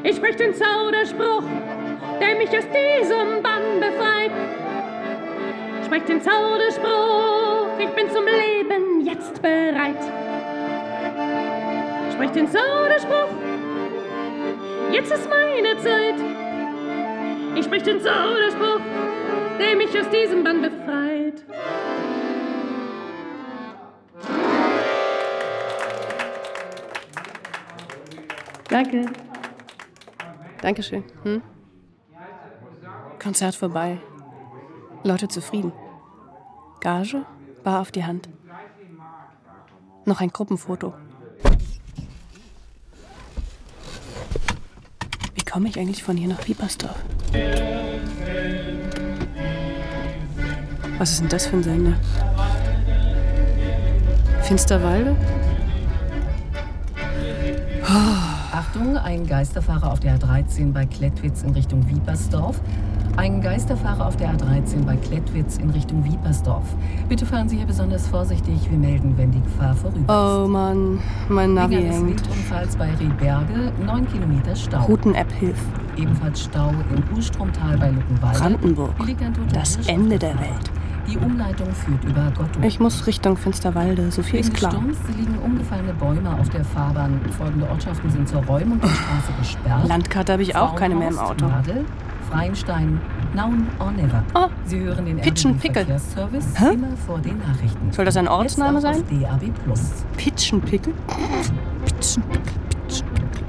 Ich sprich den Zauberspruch, der mich aus diesem Bann befreit. Sprich den Zauberspruch, ich bin zum Leben jetzt bereit. Sprich den Zauberspruch, jetzt ist meine Zeit. Ich sprich den Zauberspruch, der mich aus diesem Bann befreit. Danke. Dankeschön. Konzert vorbei. Leute zufrieden. Gage, bar auf die Hand. Noch ein Gruppenfoto. Wie komme ich eigentlich von hier nach Wiepersdorf? Was ist denn das für ein Sender? Finsterwalde? Achtung, ein Geisterfahrer auf der A13 bei Klettwitz in Richtung Wiepersdorf. Ein Geisterfahrer auf der A13 bei Klettwitz in Richtung Wiepersdorf. Bitte fahren Sie hier besonders vorsichtig. Wir melden, wenn die Gefahr vorüber ist. Oh Mann, mein Navi Wegen eines hängt. Wildunfalls bei Rehberge, 9 Kilometer Stau. Routen-App hilft. Ebenfalls Stau im Ustrumtal bei Luckenwalde. Brandenburg, Hier liegt ein toter das Hirsch Ende auf der Fahrt. Welt. Die Umleitung führt über Gotto. Ich muss Richtung Finsterwalde, so viel Wegen ist klar. des Sturms liegen umgefallene Bäume auf der Fahrbahn. Folgende Ortschaften sind zur Räumung der Straße gesperrt. Landkarte habe ich auch keine mehr im Auto. Nadel, Freienstein, Nauen or Never. Oh, Sie hören den Pitschenpickel. Verkehrsservice Hä? immer vor den Nachrichten. Soll das ein Ortsname Jetzt auch sein? auf DAB+. Pitschenpickel? Pitschenpickel, Pitschenpickel.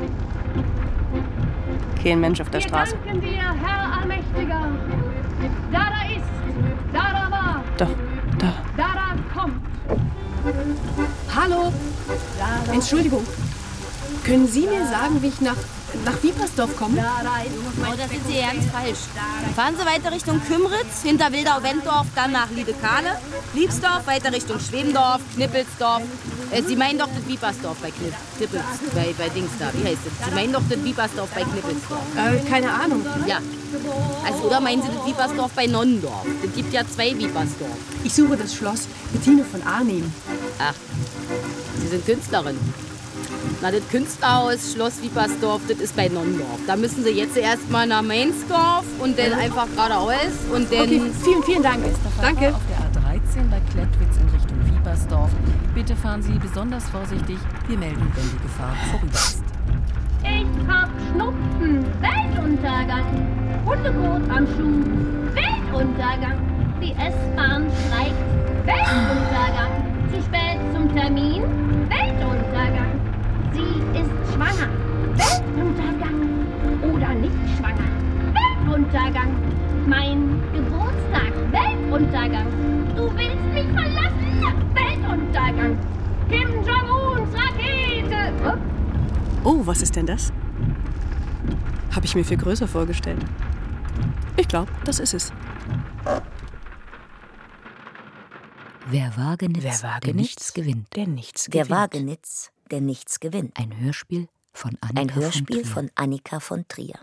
Kein Mensch auf der Straße. Wir danken dir, Herr Allmächtiger. Da ist, da war, Doch, da. da kommt. Hallo. Entschuldigung. Können Sie mir sagen, wie ich nach Wiepersdorf komme? Oh, das sind Sie ganz falsch. Fahren Sie weiter Richtung Kümritz, hinter Wildau-Wendorf, dann nach Liedekale, Liebsdorf, weiter Richtung Schwebendorf, Knippelsdorf. Sie meinen doch das Wiepersdorf bei Knippels, bei Dings da, wie heißt das? Sie meinen doch das Wiepersdorf bei Knippelsdorf. Keine Ahnung. Ja. Also, oder meinen Sie das Wiepersdorf bei Nonnendorf? Es gibt ja 2 Wiepersdorf. Ich suche das Schloss Bettine von Arnim. Ach, Sie sind Künstlerin. Na, das Künstlerhaus, Schloss Wiepersdorf, das ist bei Nonnendorf. Da müssen Sie jetzt erstmal nach Mainsdorf und dann einfach geradeaus und dann... Okay, vielen Dank. Danke. Auf der A13 bei Klettwitz in Richtung Wiepersdorf. Bitte fahren Sie besonders vorsichtig. Wir melden, wenn die Gefahr vorüber ist. Ich hab Schnupfen, Weltuntergang, Hundekot am Schuh, Weltuntergang, die S-Bahn streikt, Weltuntergang, zu spät zum Termin, Weltuntergang, sie ist schwanger, Weltuntergang, oder nicht schwanger, Weltuntergang, mein Geburtstag, Weltuntergang, du willst mich verlassen, Weltuntergang, Kim Jong-uns Rakete, Oh, was ist denn das? Habe ich mir viel größer vorgestellt. Ich glaube, das ist es. Wer Wagenitz, der nichts gewinnt. Der nichts Der gewinnt. Wagenitz, der nichts gewinnt. Ein Hörspiel von Annika von Trier.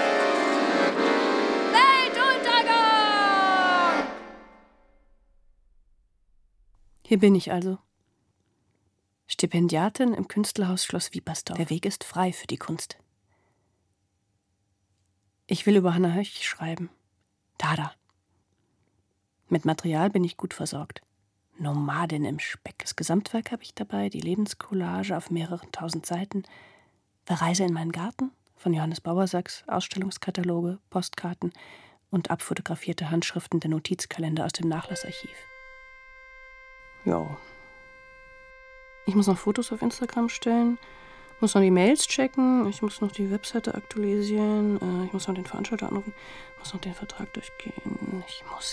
Hier bin ich also. Stipendiatin im Künstlerhaus Schloss Wiepersdorf. Der Weg ist frei für die Kunst. Ich will über Hannah Höch schreiben. Dada. Mit Material bin ich gut versorgt. Nomadin im Speck. Das Gesamtwerk habe ich dabei, die Lebenscollage auf mehreren tausend Seiten, Verreise in meinen Garten von Johannes Bauersachs, Ausstellungskataloge, Postkarten und abfotografierte Handschriften der Notizkalender aus dem Nachlassarchiv. Jo. Ich muss noch Fotos auf Instagram stellen, muss noch die Mails checken, ich muss noch die Webseite aktualisieren, ich muss noch den Veranstalter anrufen, muss noch den Vertrag durchgehen. Ich muss.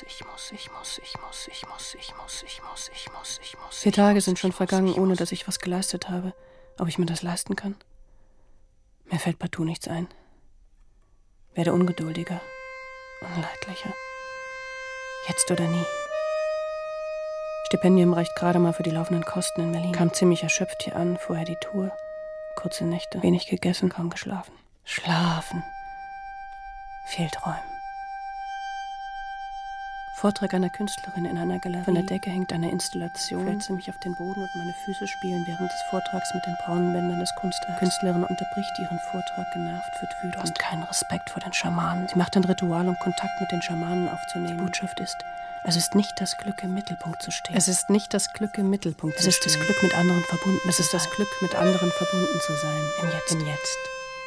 4 Tage sind schon vergangen, ohne dass ich was geleistet habe. Ob ich mir das leisten kann? Mir fällt partout nichts ein. Werde ungeduldiger, unleidlicher. Jetzt oder nie. Stipendium reicht gerade mal für die laufenden Kosten in Berlin. Kam ziemlich erschöpft hier an, vorher die Tour. Kurze Nächte, wenig gegessen, kaum geschlafen. Schlafen. Viel träumen. Vortrag einer Künstlerin in einer Galerie. Von der Decke hängt eine Installation. Ich setze mich auf den Boden und meine Füße spielen während des Vortrags mit den braunen Bändern des Kunstwerks. Die Künstlerin unterbricht ihren Vortrag, genervt, wird wütend. Du hast keinen Respekt vor den Schamanen. Sie macht ein Ritual, um Kontakt mit den Schamanen aufzunehmen. Die Botschaft ist: Es ist nicht das Glück, im Mittelpunkt zu stehen. Es ist nicht das Glück, im Mittelpunkt zu stehen. Es ist das Glück, mit anderen verbunden zu sein. Es ist das Glück, mit anderen verbunden zu sein. Im Jetzt. Im Jetzt.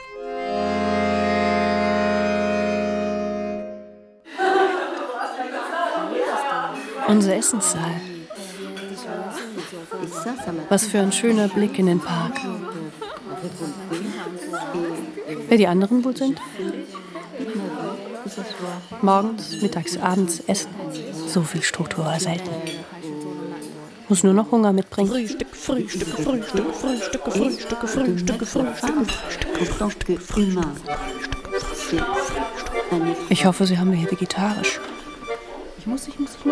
Unser Essenssaal. Was für ein schöner Blick in den Park. Wer die anderen wohl sind? Morgens, mittags, abends essen. So viel Struktur war selten. Muss nur noch Hunger mitbringen. Frühstück, Frühstück, Frühstück, Frühstück, Frühstück, Frühstück, Frühstück, Frühstück. Ich hoffe, Sie haben wir hier vegetarisch. Ich muss.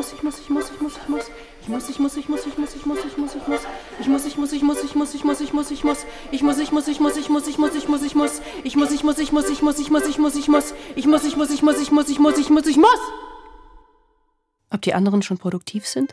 Ob die anderen schon produktiv sind?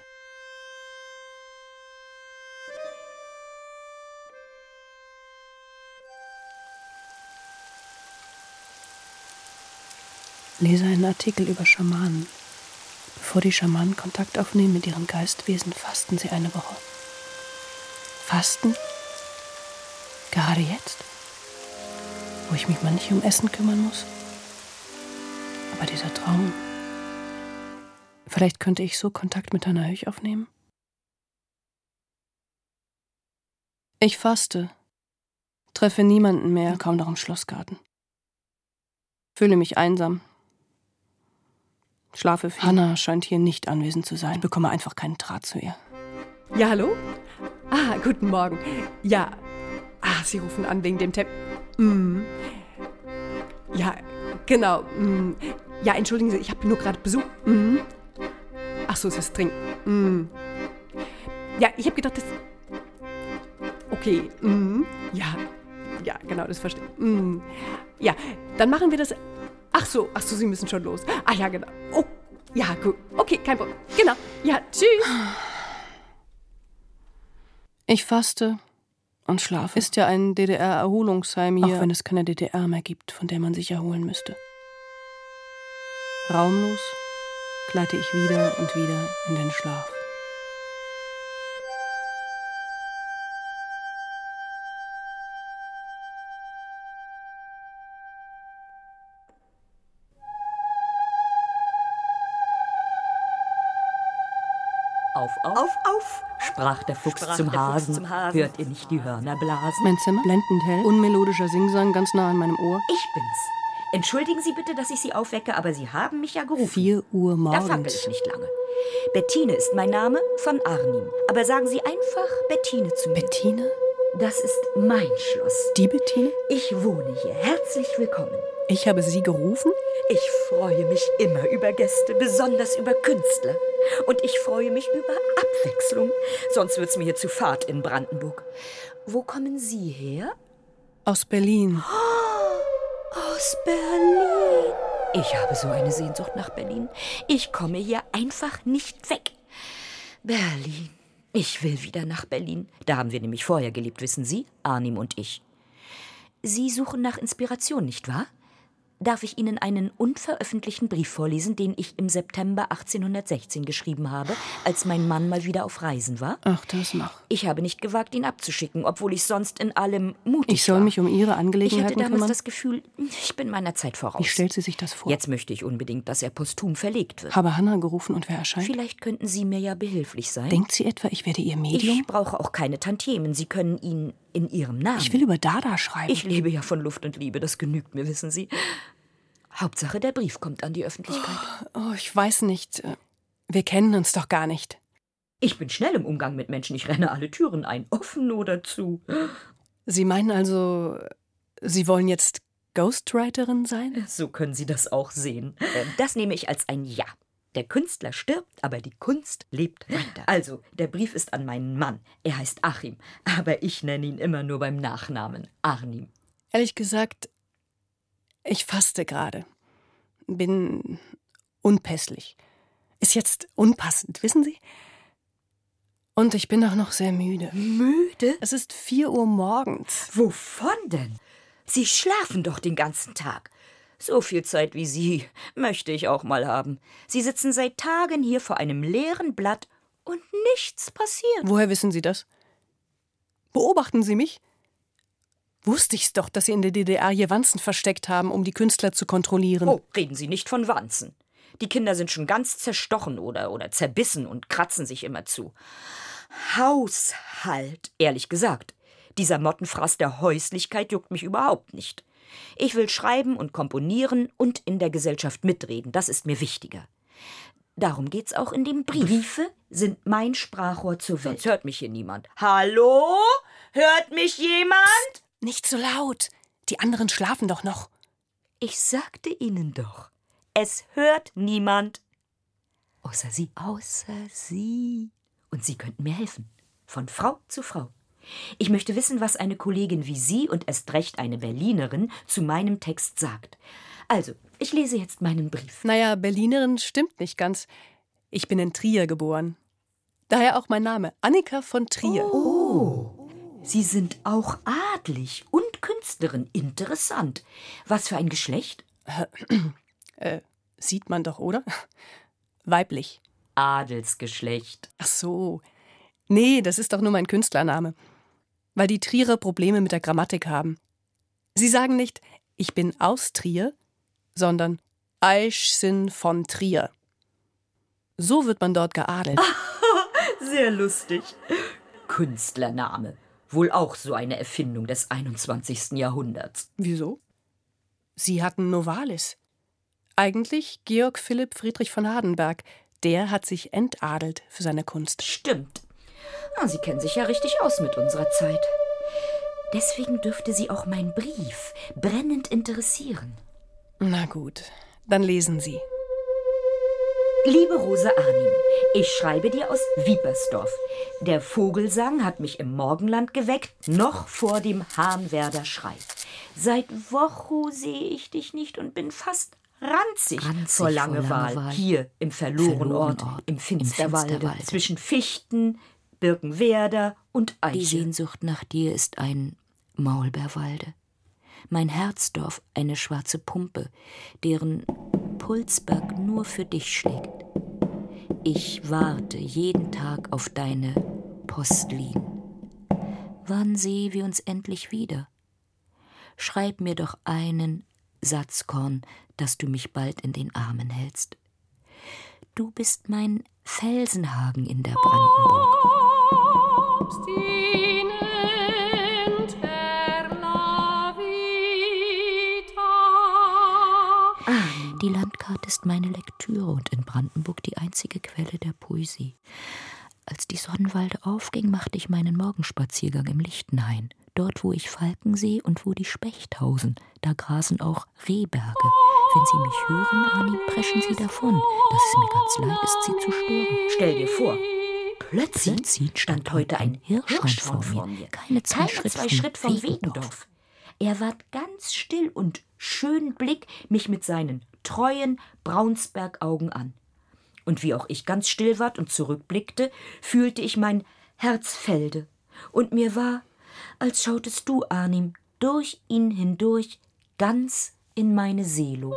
Lese einen Artikel über Schamanen. Bevor die Schamanen Kontakt aufnehmen mit ihren Geistwesen, fasten sie eine Woche. Fasten? Gerade jetzt? Wo ich mich mal nicht um Essen kümmern muss? Aber dieser Traum... Vielleicht könnte ich so Kontakt mit Hannah Höch aufnehmen? Ich faste. Treffe niemanden mehr, kaum noch im Schlossgarten. Fühle mich einsam. Schlafe viel. Hannah scheint hier nicht anwesend zu sein. Ich bekomme einfach keinen Draht zu ihr. Ja, hallo? Guten Morgen. Ja. Sie rufen an wegen dem Ja, genau. Ja, entschuldigen Sie, ich habe nur gerade Besuch. Ach so, ist das Trinken. Ja, ich habe gedacht, das... Okay. Ja, genau, das verstehe ich. Ja, dann machen wir das... Ach so, Sie müssen schon los. Ja, genau. Oh, ja, gut. Okay, kein Problem. Genau. Ja, tschüss. Ich faste und schlafe. Ist ja ein DDR-Erholungsheim hier. Auch wenn es keine DDR mehr gibt, von der man sich erholen müsste. Raumlos gleite ich wieder und wieder in den Schlaf. Auf, sprach der Fuchs zum Hasen. Hört ihr nicht die Hörner blasen? Mein Zimmer, blendend hell, unmelodischer Singsang ganz nah an meinem Ohr. Ich bin's. Entschuldigen Sie bitte, dass ich Sie aufwecke, aber Sie haben mich ja gerufen. 4 Uhr morgens. Da fackel ich nicht lange. Bettine ist mein Name, von Arnim. Aber sagen Sie einfach Bettine zu mir. Bettine? Das ist mein Schloss. Die Bettine? Ich wohne hier. Herzlich willkommen. Ich habe Sie gerufen? Ich freue mich immer über Gäste, besonders über Künstler. Und ich freue mich über Abwechslung. Sonst wird's mir hier zu fad in Brandenburg. Wo kommen Sie her? Aus Berlin. Aus Berlin. Ich habe so eine Sehnsucht nach Berlin. Ich komme hier einfach nicht weg. Berlin. Ich will wieder nach Berlin. Da haben wir nämlich vorher gelebt, wissen Sie, Arnim und ich. Sie suchen nach Inspiration, nicht wahr? Darf ich Ihnen einen unveröffentlichten Brief vorlesen, den ich im September 1816 geschrieben habe, als mein Mann mal wieder auf Reisen war? Ach, das noch. Ich habe nicht gewagt, ihn abzuschicken, obwohl ich sonst in allem mutig war. Ich soll mich um Ihre Angelegenheiten kümmern? Ich hatte damals das Gefühl, ich bin meiner Zeit voraus. Wie stellt sie sich das vor? Jetzt möchte ich unbedingt, dass er posthum verlegt wird. Habe Hannah gerufen und wer erscheint? Vielleicht könnten Sie mir ja behilflich sein. Denkt sie etwa, ich werde ihr Medium? Ich brauche auch keine Tantiemen. Sie können ihn in Ihrem Namen... Ich will über Dada schreiben. Ich lebe ja von Luft und Liebe, das genügt mir, wissen Sie. Hauptsache, der Brief kommt an die Öffentlichkeit. Oh, ich weiß nicht. Wir kennen uns doch gar nicht. Ich bin schnell im Umgang mit Menschen. Ich renne alle Türen ein, offen oder zu. Sie meinen also, Sie wollen jetzt Ghostwriterin sein? So können Sie das auch sehen. Das nehme ich als ein Ja. Der Künstler stirbt, aber die Kunst lebt weiter. Also, der Brief ist an meinen Mann. Er heißt Achim, aber ich nenne ihn immer nur beim Nachnamen. Arnim. Ehrlich gesagt, ich faste gerade. Bin unpässlich. Ist jetzt unpassend, wissen Sie? Und ich bin auch noch sehr müde. Müde? Es ist 4 Uhr morgens. Wovon denn? Sie schlafen doch den ganzen Tag. So viel Zeit wie Sie möchte ich auch mal haben. Sie sitzen seit Tagen hier vor einem leeren Blatt und nichts passiert. Woher wissen Sie das? Beobachten Sie mich? Wusste ich's doch, dass Sie in der DDR hier Wanzen versteckt haben, um die Künstler zu kontrollieren. Oh, reden Sie nicht von Wanzen. Die Kinder sind schon ganz zerstochen oder zerbissen und kratzen sich immer zu. Haushalt, ehrlich gesagt. Dieser Mottenfraß der Häuslichkeit juckt mich überhaupt nicht. Ich will schreiben und komponieren und in der Gesellschaft mitreden. Das ist mir wichtiger. Darum geht's auch in dem Brief. Briefe sind mein Sprachrohr zur Welt. Sonst hört mich hier niemand. Hallo? Hört mich jemand? Psst, nicht so laut. Die anderen schlafen doch noch. Ich sagte Ihnen doch, es hört niemand. Außer Sie. Außer Sie. Und Sie könnten mir helfen. Von Frau zu Frau. Ich möchte wissen, was eine Kollegin wie Sie und erst recht eine Berlinerin zu meinem Text sagt. Also, ich lese jetzt meinen Brief. Naja, Berlinerin stimmt nicht ganz. Ich bin in Trier geboren. Daher auch mein Name, Annika von Trier. Oh, Sie sind auch adlig und Künstlerin. Interessant. Was für ein Geschlecht? Sieht man doch, oder? Weiblich. Adelsgeschlecht. Ach so. Nee, das ist doch nur mein Künstlername. Weil die Trierer Probleme mit der Grammatik haben. Sie sagen nicht, ich bin aus Trier, sondern ich bin von Trier. So wird man dort geadelt. Sehr lustig. Künstlername. Wohl auch so eine Erfindung des 21. Jahrhunderts. Wieso? Sie hatten Novalis. Eigentlich Georg Philipp Friedrich von Hardenberg. Der hat sich entadelt für seine Kunst. Stimmt. Sie kennen sich ja richtig aus mit unserer Zeit. Deswegen dürfte Sie auch mein Brief brennend interessieren. Na gut, dann lesen Sie. Liebe Rose Arnim, ich schreibe dir aus Wiepersdorf. Der Vogelsang hat mich im Morgenland geweckt, noch vor dem Hahnwerder Schrei. Seit Wochen sehe ich dich nicht und bin fast ranzig vor Langeweile. Hier im verlorenen Ort, im Finsterwalde, zwischen Fichten, Birkenwerder und Eiche. Die Sehnsucht nach dir ist ein Maulbeerwalde. Mein Herzdorf eine schwarze Pumpe, deren Pulsberg nur für dich schlägt. Ich warte jeden Tag auf deine Postlin. Wann sehen wir uns endlich wieder? Schreib mir doch einen Satzkorn, dass du mich bald in den Armen hältst. Du bist mein Felsenhagen in der Brandenburg. Die Landkarte ist meine Lektüre und in Brandenburg die einzige Quelle der Poesie. Als die Sonnenwalde aufging, machte ich meinen Morgenspaziergang im Lichtenhain. Dort, wo ich Falken sehe und wo die Specht hausen, da grasen auch Rehberge. Wenn Sie mich hören, Arnim, preschen Sie davon, dass es mir ganz leid ist, Sie zu stören. Stell dir vor, plötzlich stand heute ein Hirschhorn vor mir. Keine zwei Schritt vom Wegendorf. Er ward ganz still und schön Blick mich mit seinen treuen Braunsbergaugen an. Und wie auch ich ganz still ward und zurückblickte, fühlte ich mein Herz felde. Und mir war, als schautest du, Arnim, durch ihn hindurch ganz in meine Seele.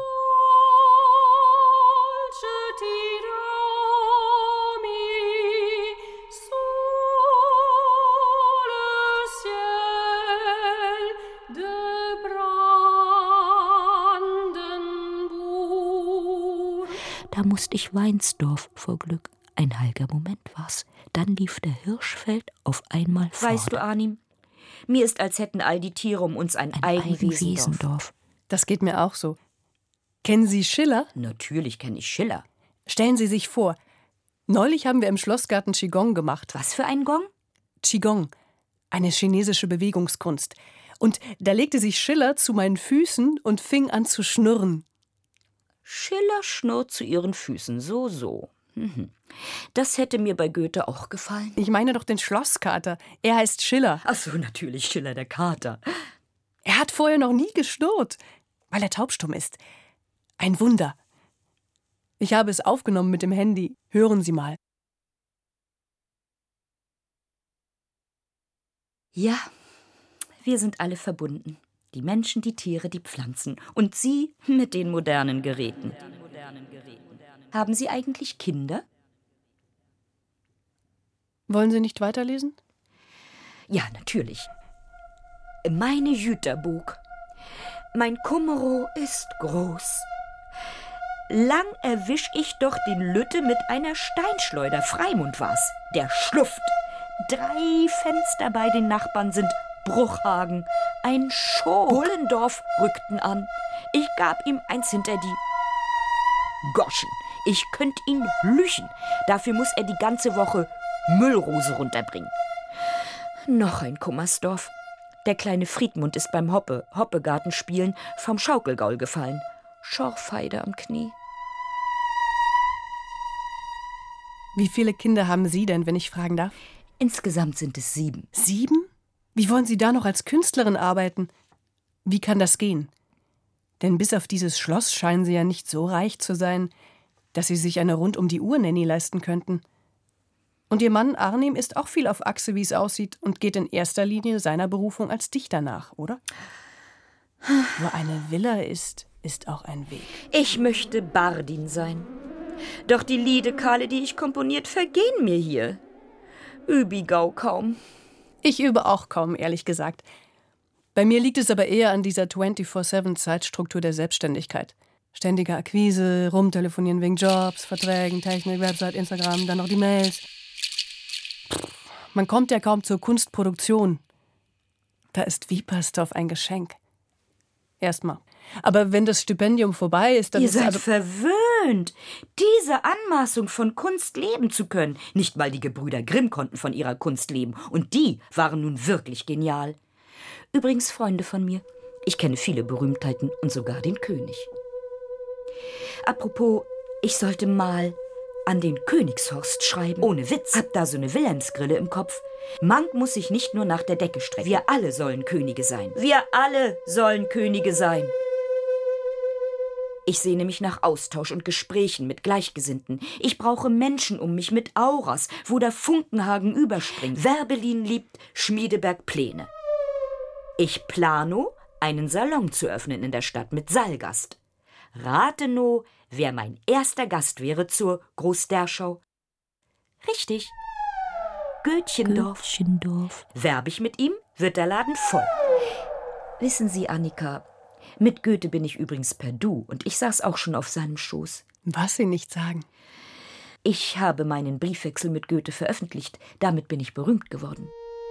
Da musste ich Weinsdorf vor Glück. Ein heiliger Moment war's. Dann lief der Hirschfeld auf einmal fort. Weißt du, Arnim, mir ist, als hätten all die Tiere um uns ein Eigenwesendorf. Das geht mir auch so. Kennen Sie Schiller? Natürlich kenne ich Schiller. Stellen Sie sich vor, neulich haben wir im Schlossgarten Qigong gemacht. Was für ein Gong? Qigong, eine chinesische Bewegungskunst. Und da legte sich Schiller zu meinen Füßen und fing an zu schnurren. Schiller schnurrt zu ihren Füßen, so. Das hätte mir bei Goethe auch gefallen. Ich meine doch den Schlosskater. Er heißt Schiller. Ach so, natürlich Schiller, der Kater. Er hat vorher noch nie geschnurrt, weil er taubstumm ist. Ein Wunder. Ich habe es aufgenommen mit dem Handy. Hören Sie mal. Ja, wir sind alle verbunden. Die Menschen, die Tiere, die Pflanzen. Und Sie mit den modernen Geräten. Haben Sie eigentlich Kinder? Wollen Sie nicht weiterlesen? Ja, natürlich. Meine Jüterburg. Mein Kummero ist groß. Lang erwisch ich doch den Lütte mit einer Steinschleuder. Freimund war's, der Schluft. 3 Fenster bei den Nachbarn sind Bruchhagen. Ein Bullendorf rückten an. Ich gab ihm eins hinter die Goschen. Ich könnt ihn lüchen. Dafür muss er die ganze Woche Müllrose runterbringen. Noch ein Kummersdorf. Der kleine Friedmund ist beim Hoppegartenspielen vom Schaukelgaul gefallen. Schorfheide am Knie. Wie viele Kinder haben Sie denn, wenn ich fragen darf? Insgesamt sind es 7. 7? Wie wollen Sie da noch als Künstlerin arbeiten? Wie kann das gehen? Denn bis auf dieses Schloss scheinen Sie ja nicht so reich zu sein, dass Sie sich eine Rund-um-die-Uhr-Nanny leisten könnten. Und Ihr Mann Arnim ist auch viel auf Achse, wie es aussieht, und geht in erster Linie seiner Berufung als Dichter nach, oder? Wo eine Villa ist auch ein Weg. Ich möchte Bardin sein. Doch die Liedekale, die ich komponiert, vergehen mir hier. Übigau kaum. Ich übe auch kaum, ehrlich gesagt. Bei mir liegt es aber eher an dieser 24/7-Zeitstruktur der Selbstständigkeit. Ständige Akquise, rumtelefonieren wegen Jobs, Verträgen, Technik, Website, Instagram, dann noch die Mails. Man kommt ja kaum zur Kunstproduktion. Da ist Wiepersdorf ein Geschenk. Erstmal. Aber wenn das Stipendium vorbei ist, dann Ihr ist seid verwöhnt, diese Anmaßung von Kunst leben zu können. Nicht mal die Gebrüder Grimm konnten von ihrer Kunst leben. Und die waren nun wirklich genial. Übrigens Freunde von mir. Ich kenne viele Berühmtheiten und sogar den König. Apropos, ich sollte mal an den Königshorst schreiben. Ohne Witz. Hab da so eine Wilhelmsgrille im Kopf. Mank muss sich nicht nur nach der Decke strecken. Wir alle sollen Könige sein. Wir alle sollen Könige sein. Ich sehne mich nach Austausch und Gesprächen mit Gleichgesinnten. Ich brauche Menschen um mich mit Auras, wo der Funkenhagen überspringt. Werbelin liebt Schmiedeberg Pläne. Ich plano, einen Salon zu öffnen in der Stadt mit Saalgast. Rate no, wer mein erster Gast wäre zur Großderschau. Richtig. Götchendorf. Werb ich mit ihm, wird der Laden voll. Wissen Sie, Annika, mit Goethe bin ich übrigens per Du und ich saß auch schon auf seinem Schoß. Was Sie nicht sagen. Ich habe meinen Briefwechsel mit Goethe veröffentlicht. Damit bin ich berühmt geworden.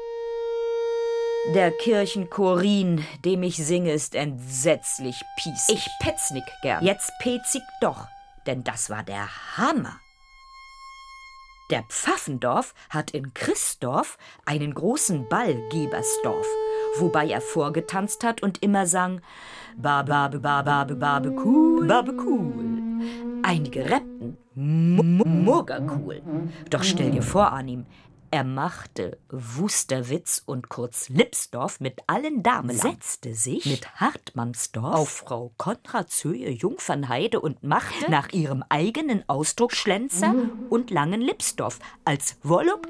Der Kirchenchorin, dem ich singe, ist entsetzlich piesig. Ich petznick gern. Jetzt petzig doch, denn das war der Hammer. Der Pfaffendorf hat in Christdorf einen großen Ball Gebersdorf, wobei er vorgetanzt hat und immer sang Babe, Babe, Babe, cool, Babe, cool. Einige rappten Murga cool. Doch stell dir vor, Arnim, er machte Wusterwitz und kurz Lipsdorf mit allen Damen, setzte sich mit Hartmannsdorf auf Frau Konradshöhe Jungfernheide und machte nach ihrem eigenen Ausdruck Schlenzer und langen Lipsdorf, als wolle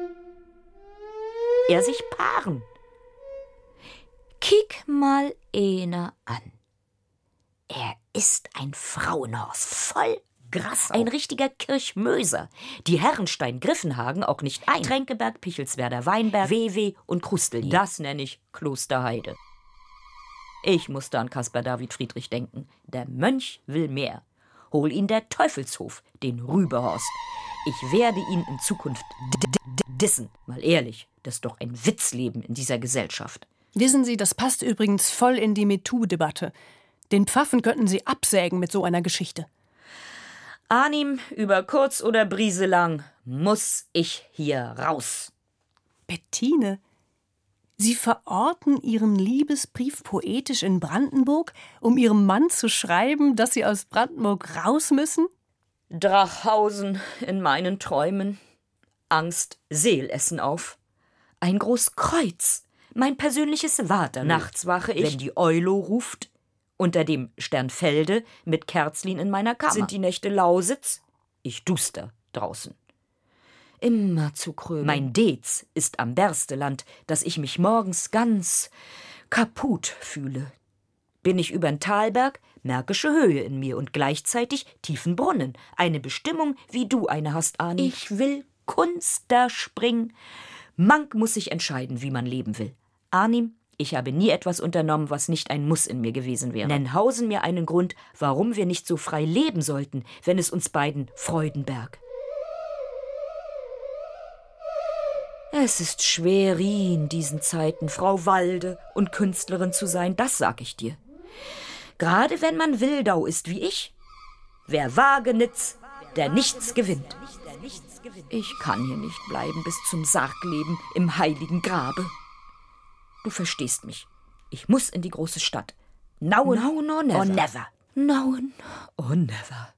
er sich paaren. Kick mal einer an. Er ist ein Frauenhorst, voll Grass, ein richtiger Kirchmöser. Die Herrenstein Griffenhagen auch nicht ein. Tränkeberg, Pichelswerder, Weinberg, WW und Krustelin. Das nenne ich Klosterheide. Ich musste an Caspar David Friedrich denken. Der Mönch will mehr. Hol ihn der Teufelshof, den Rüberhorst. Ich werde ihn in Zukunft dissen. Mal ehrlich, das ist doch ein Witzleben in dieser Gesellschaft. Wissen Sie, das passt übrigens voll in die MeToo-Debatte. Den Pfaffen könnten Sie absägen mit so einer Geschichte. Arnim, über kurz oder brieselang muss ich hier raus. Bettine, Sie verorten Ihren Liebesbrief poetisch in Brandenburg, um Ihrem Mann zu schreiben, dass Sie aus Brandenburg raus müssen? Drachhausen in meinen Träumen. Angst, Seelessen auf. Ein Großkreuz, mein persönliches Water. Nachts wache ich, wenn die Eulo ruft, Unter dem Sternfelde mit Kerzlin in meiner Kammer. Sind die Nächte Lausitz? Ich duster draußen. Immer zu krömen. Mein Dez ist am Bersteland, dass ich mich morgens ganz kaputt fühle. Bin ich übern Talberg, märkische Höhe in mir und gleichzeitig tiefen Brunnen. Eine Bestimmung, wie du eine hast, Arnim. Ich will Kunster springen. Mank muss sich entscheiden, wie man leben will. Arnim, ich habe nie etwas unternommen, was nicht ein Muss in mir gewesen wäre. Nenn Hausen mir einen Grund, warum wir nicht so frei leben sollten, wenn es uns beiden Freudenberg. Es ist schwer, in diesen Zeiten Frau Walde und Künstlerin zu sein, das sag ich dir. Gerade wenn man Wildau ist wie ich. Wer Wagenitz, der nichts gewinnt. Ich kann hier nicht bleiben bis zum Sargleben im heiligen Grabe. Du verstehst mich. Ich muss in die große Stadt. Now or never. Now or never.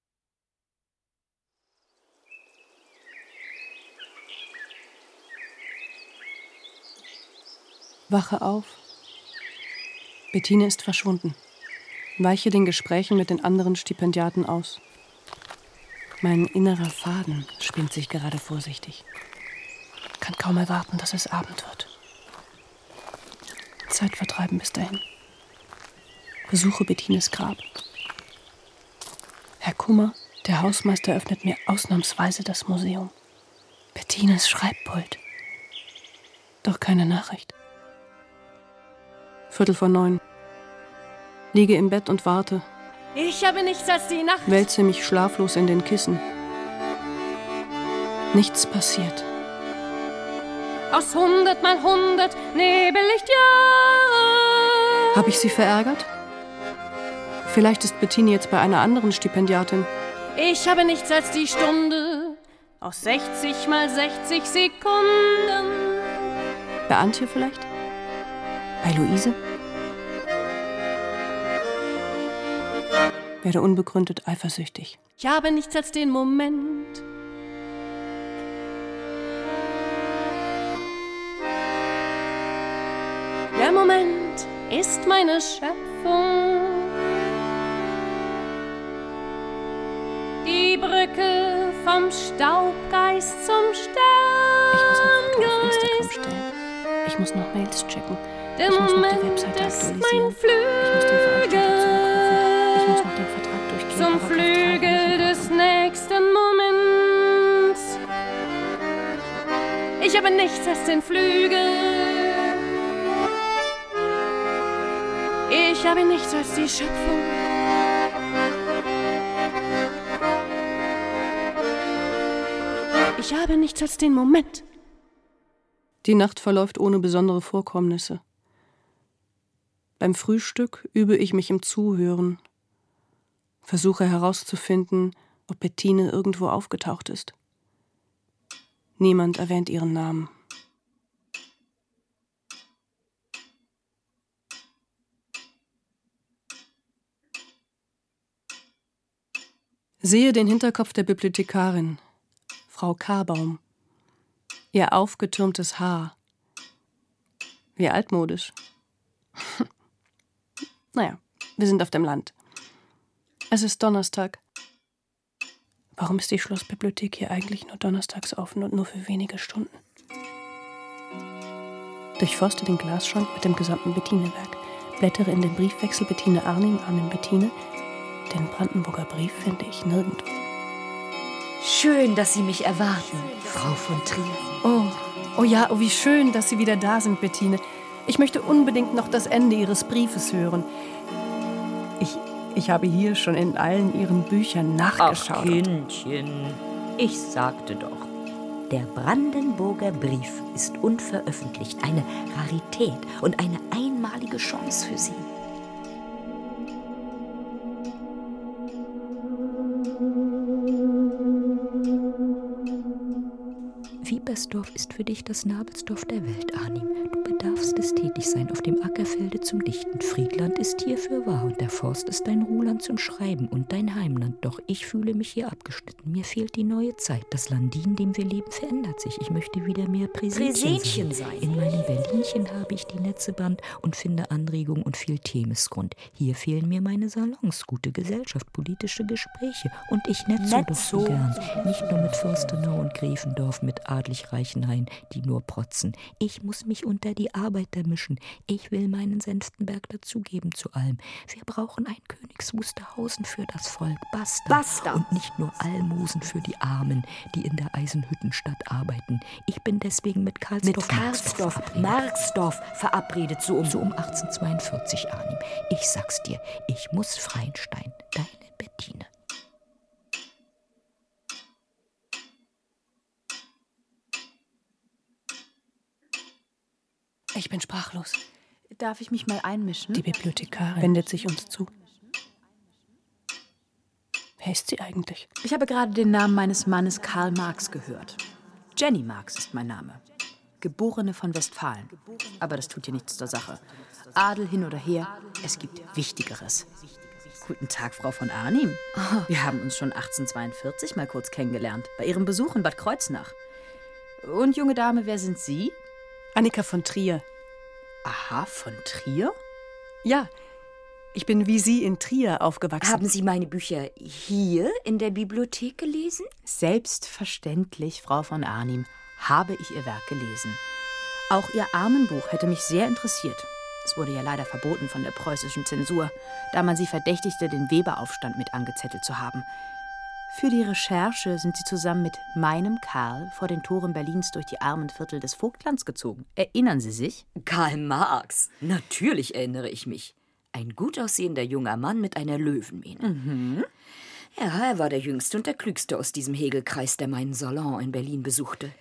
Wache auf. Bettine ist verschwunden. Weiche den Gesprächen mit den anderen Stipendiaten aus. Mein innerer Faden spinnt sich gerade vorsichtig. Kann kaum erwarten, dass es Abend wird. Zeit vertreiben bis dahin. Besuche Bettines Grab. Herr Kummer, der Hausmeister, öffnet mir ausnahmsweise das Museum. Bettines Schreibpult. Doch keine Nachricht. 8:45. Liege im Bett und warte. Ich habe nichts als die Nacht. Wälze mich schlaflos in den Kissen. Nichts passiert. Aus 100 mal 100 Nebellichtjahre. Habe ich sie verärgert? Vielleicht ist Bettine jetzt bei einer anderen Stipendiatin. Ich habe nichts als die Stunde. Aus 60 mal 60 Sekunden. Bei Antje vielleicht? Bei Luise? Werde unbegründet eifersüchtig. Ich habe nichts als den Moment. Der Moment ist meine Schöpfung. Die Brücke vom Staubgeist zum Ich muss ein Foto auf Sterngeist. Instagram stellen. Ich muss noch Mails checken. Der Ich muss noch die Moment Webseite ist aktualisieren. mein Ich muss den Veranstalter zurückrufen. Ich muss noch den Vertrag durchgehen. Zum Paragraph 3 Flügel nicht in des Ordnung. nächsten Moments. Ich habe nichts als den Flügel. Ich habe nichts als die Schöpfung. Ich habe nichts als den Moment. Die Nacht verläuft ohne besondere Vorkommnisse. Beim Frühstück übe ich mich im Zuhören. Versuche herauszufinden, ob Bettine irgendwo aufgetaucht ist. Niemand erwähnt ihren Namen. Sehe den Hinterkopf der Bibliothekarin, Frau Karbaum. Ihr aufgetürmtes Haar. Wie altmodisch. Naja, wir sind auf dem Land. Es ist Donnerstag. Warum ist die Schlossbibliothek hier eigentlich nur donnerstags offen und nur für wenige Stunden? Durchforste den Glasschrank mit dem gesamten Bettinewerk. Blättere in den Briefwechsel Bettine Arnim, Arnim Bettine. Den Brandenburger Brief finde ich nirgendwo. Schön, dass Sie mich erwarten, Frau von Trier. Oh ja, wie schön, dass Sie wieder da sind, Bettine. Ich möchte unbedingt noch das Ende Ihres Briefes hören. Ich habe hier schon in allen Ihren Büchern nachgeschaut. Ach, Kindchen, ich sagte doch, der Brandenburger Brief ist unveröffentlicht, eine Rarität und eine einmalige Chance für Sie. Wiepersdorf ist für dich das Nabelsdorf der Welt, Arnim. Du darfst es tätig sein auf dem Ackerfelde zum Dichten. Friedland ist hier für wahr und der Forst ist dein Ruhland zum Schreiben und dein Heimland. Doch ich fühle mich hier abgeschnitten. Mir fehlt die neue Zeit. Das Land, in dem wir leben, verändert sich. Ich möchte wieder mehr Präsentchen sein. In meinem Berlinchen habe ich die Netzeband und finde Anregung und viel Themesgrund. Hier fehlen mir meine Salons, gute Gesellschaft, politische Gespräche. Und ich netzo doch so gern. Nicht nur mit Forstenau und Gräfendorf, mit adlig reichen Hain, die nur protzen. Ich muss mich unter die Arbeiter mischen. Ich will meinen Senftenberg dazugeben zu allem. Wir brauchen ein Königs Wusterhausen für das Volk. Basta. Und nicht nur Almosen für die Armen, die in der Eisenhüttenstadt arbeiten. Ich bin deswegen mit Marxdorf verabredet, so um 1842, Arnim. Ich sag's dir, ich muss Freienstein, deine Bettine. Ich bin sprachlos. Darf ich mich mal einmischen? Die Bibliothekarin wendet sich uns zu. Wer ist sie eigentlich? Ich habe gerade den Namen meines Mannes Karl Marx gehört. Jenny Marx ist mein Name. Geborene von Westfalen. Aber das tut ja nichts zur Sache. Adel hin oder her, es gibt Wichtigeres. Guten Tag, Frau von Arnim. Wir haben uns schon 1842 mal kurz kennengelernt, bei Ihrem Besuch in Bad Kreuznach. Und, junge Dame, wer sind Sie? Annika von Trier. Aha, von Trier? Ja, ich bin wie Sie in Trier aufgewachsen. Haben Sie meine Bücher hier in der Bibliothek gelesen? Selbstverständlich, Frau von Arnim, habe ich Ihr Werk gelesen. Auch Ihr Armenbuch hätte mich sehr interessiert. Es wurde ja leider verboten von der preußischen Zensur, da man Sie verdächtigte, den Weberaufstand mit angezettelt zu haben. Für die Recherche sind Sie zusammen mit meinem Karl vor den Toren Berlins durch die armen Viertel des Vogtlands gezogen. Erinnern Sie sich? Karl Marx. Natürlich erinnere ich mich. Ein gut aussehender junger Mann mit einer Löwenmähne. Mhm. Ja, er war der Jüngste und der Klügste aus diesem Hegelkreis, der meinen Salon in Berlin besuchte.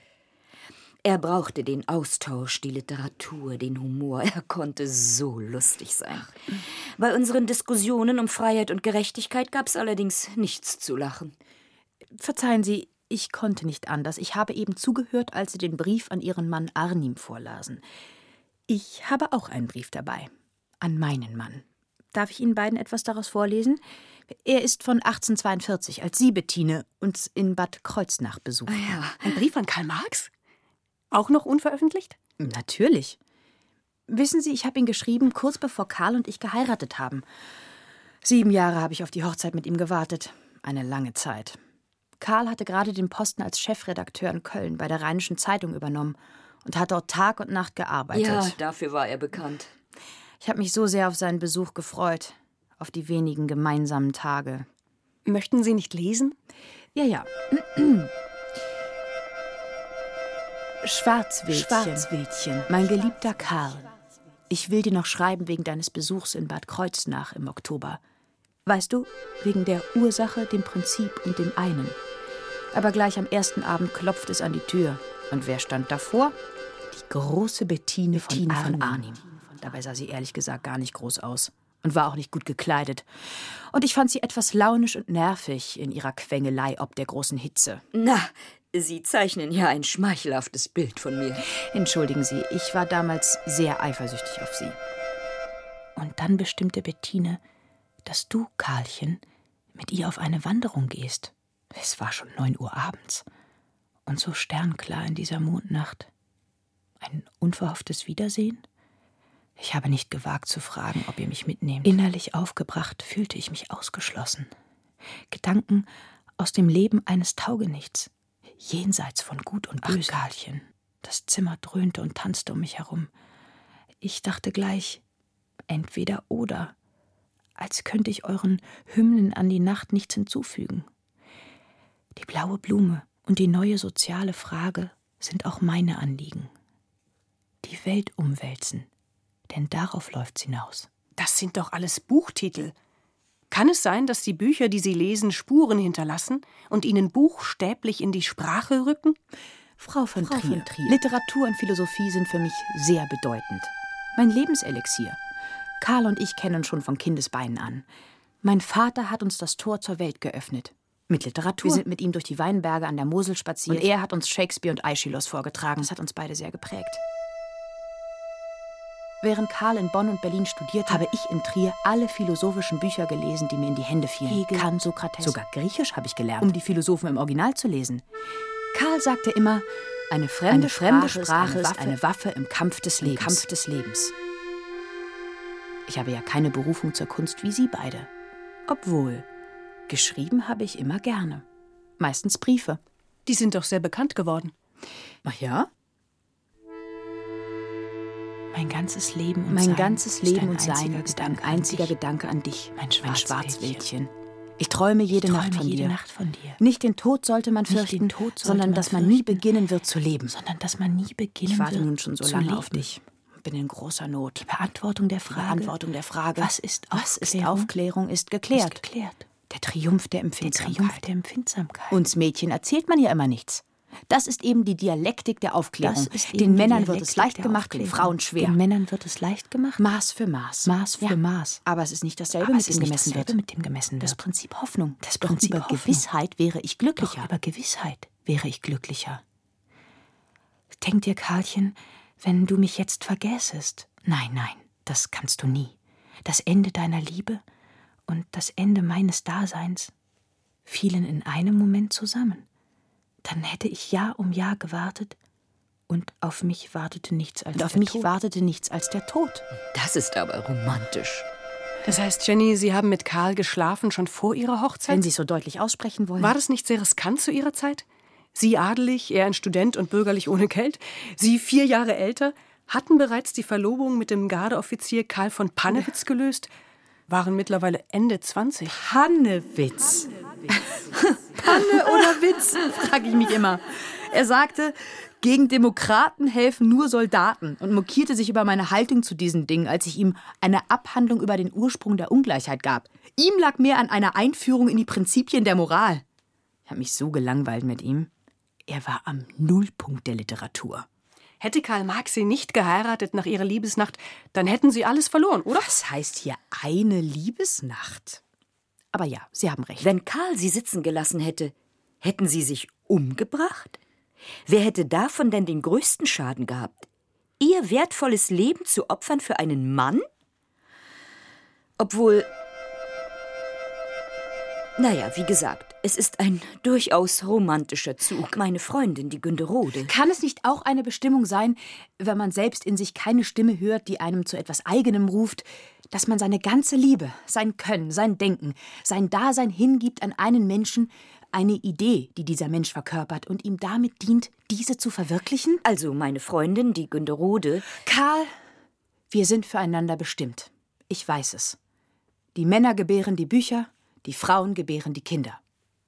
Er brauchte den Austausch, die Literatur, den Humor. Er konnte so lustig sein. Bei unseren Diskussionen um Freiheit und Gerechtigkeit gab es allerdings nichts zu lachen. Verzeihen Sie, ich konnte nicht anders. Ich habe eben zugehört, als Sie den Brief an Ihren Mann Arnim vorlasen. Ich habe auch einen Brief dabei. An meinen Mann. Darf ich Ihnen beiden etwas daraus vorlesen? Er ist von 1842, als Sie, Bettine, uns in Bad Kreuznach besuchten. Ja. Ein Brief an Karl Marx? Auch noch unveröffentlicht? Natürlich. Wissen Sie, ich habe ihn geschrieben, kurz bevor Karl und ich geheiratet haben. 7 Jahre habe ich auf die Hochzeit mit ihm gewartet. Eine lange Zeit. Karl hatte gerade den Posten als Chefredakteur in Köln bei der Rheinischen Zeitung übernommen und hat dort Tag und Nacht gearbeitet. Ja, dafür war er bekannt. Ich habe mich so sehr auf seinen Besuch gefreut, auf die wenigen gemeinsamen Tage. Möchten Sie nicht lesen? Ja. Schwarzwildchen, mein geliebter Karl. Ich will dir noch schreiben wegen deines Besuchs in Bad Kreuznach im Oktober. Weißt du, wegen der Ursache, dem Prinzip und dem einen. Aber gleich am ersten Abend klopft es an die Tür. Und wer stand davor? Die große Bettine von Arnim. Dabei sah sie ehrlich gesagt gar nicht groß aus und war auch nicht gut gekleidet. Und ich fand sie etwas launisch und nervig in ihrer Quengelei ob der großen Hitze. Na, Sie zeichnen ja ein schmeichelhaftes Bild von mir. Entschuldigen Sie, ich war damals sehr eifersüchtig auf Sie. Und dann bestimmte Bettine, dass du, Karlchen, mit ihr auf eine Wanderung gehst. Es war schon 9 Uhr abends. Und so sternklar in dieser Mondnacht. Ein unverhofftes Wiedersehen? Ich habe nicht gewagt zu fragen, ob ihr mich mitnehmt. Innerlich aufgebracht fühlte ich mich ausgeschlossen. Gedanken aus dem Leben eines Taugenichts. Jenseits von Gut und Böse. Ach, Karlchen, das Zimmer dröhnte und tanzte um mich herum. Ich dachte gleich, entweder oder, als könnte ich euren Hymnen an die Nacht nichts hinzufügen. Die blaue Blume und die neue soziale Frage sind auch meine Anliegen. Die Welt umwälzen, denn darauf läuft's hinaus. Das sind doch alles Buchtitel. Kann es sein, dass die Bücher, die Sie lesen, Spuren hinterlassen und Ihnen buchstäblich in die Sprache rücken? Frau von Trier, Literatur und Philosophie sind für mich sehr bedeutend. Mein Lebenselixier. Karl und ich kennen uns schon von Kindesbeinen an. Mein Vater hat uns das Tor zur Welt geöffnet. Mit Literatur. Wir sind mit ihm durch die Weinberge an der Mosel spaziert. Und er hat uns Shakespeare und Aeschylus vorgetragen. Das hat uns beide sehr geprägt. Während Karl in Bonn und Berlin studierte, habe ich in Trier alle philosophischen Bücher gelesen, die mir in die Hände fielen. Hegel, Kant, Sokrates. Sogar Griechisch habe ich gelernt, um die Philosophen im Original zu lesen. Karl sagte immer, eine fremde Sprache ist eine Waffe im Kampf des Lebens. Ich habe ja keine Berufung zur Kunst wie Sie beide. Obwohl, geschrieben habe ich immer gerne. Meistens Briefe. Die sind doch sehr bekannt geworden. Ach ja? Mein ganzes Leben und Sein ist ein einziger Gedanke an dich, mein Schwarzwildchen. Ich träume jede Nacht von dir. Nicht den Tod sollte man fürchten, sondern dass man nie beginnen wird zu leben. Ich warte nun schon so lange auf dich. Bin in großer Not. Die Beantwortung der Frage, was ist Aufklärung, ist geklärt. Der Triumph der Empfindsamkeit. Uns Mädchen erzählt man ja immer nichts. Das ist eben die Dialektik der Aufklärung. Den Männern wird es leicht gemacht, den Frauen schwer. Maß für Maß. Aber es ist nicht dasselbe, mit dem gemessen wird. Das Prinzip Hoffnung. Über Gewissheit wäre ich glücklicher. Denk dir, Karlchen, wenn du mich jetzt vergäßest. Nein, das kannst du nie. Das Ende deiner Liebe und das Ende meines Daseins fielen in einem Moment zusammen. Dann hätte ich Jahr um Jahr gewartet und auf mich wartete nichts als der Tod. Das ist aber romantisch. Das heißt, Jenny, Sie haben mit Karl geschlafen schon vor Ihrer Hochzeit? Wenn Sie es so deutlich aussprechen wollen. War das nicht sehr riskant zu Ihrer Zeit? Sie adelig, er ein Student und bürgerlich ohne Geld. Sie 4 Jahre älter, hatten bereits die Verlobung mit dem Gardeoffizier Karl von Pannewitz gelöst, waren mittlerweile Ende 20. Pannewitz. Panne oder Witz, frage ich mich immer. Er sagte, gegen Demokraten helfen nur Soldaten und mokierte sich über meine Haltung zu diesen Dingen, als ich ihm eine Abhandlung über den Ursprung der Ungleichheit gab. Ihm lag mehr an einer Einführung in die Prinzipien der Moral. Ich habe mich so gelangweilt mit ihm. Er war am Nullpunkt der Literatur. Hätte Karl Marx Sie nicht geheiratet nach Ihrer Liebesnacht, dann hätten Sie alles verloren, oder? Was heißt hier eine Liebesnacht? Aber ja, Sie haben recht. Wenn Karl Sie sitzen gelassen hätte, hätten Sie sich umgebracht? Wer hätte davon denn den größten Schaden gehabt? Ihr wertvolles Leben zu opfern für einen Mann? Obwohl, naja, wie gesagt, es ist ein durchaus romantischer Zug. Meine Freundin, die Günderode. Kann es nicht auch eine Bestimmung sein, wenn man selbst in sich keine Stimme hört, die einem zu etwas Eigenem ruft, dass man seine ganze Liebe, sein Können, sein Denken, sein Dasein hingibt an einen Menschen, eine Idee, die dieser Mensch verkörpert und ihm damit dient, diese zu verwirklichen? Also meine Freundin, die Günderode. Karl, wir sind füreinander bestimmt. Ich weiß es. Die Männer gebären die Bücher, die Frauen gebären die Kinder.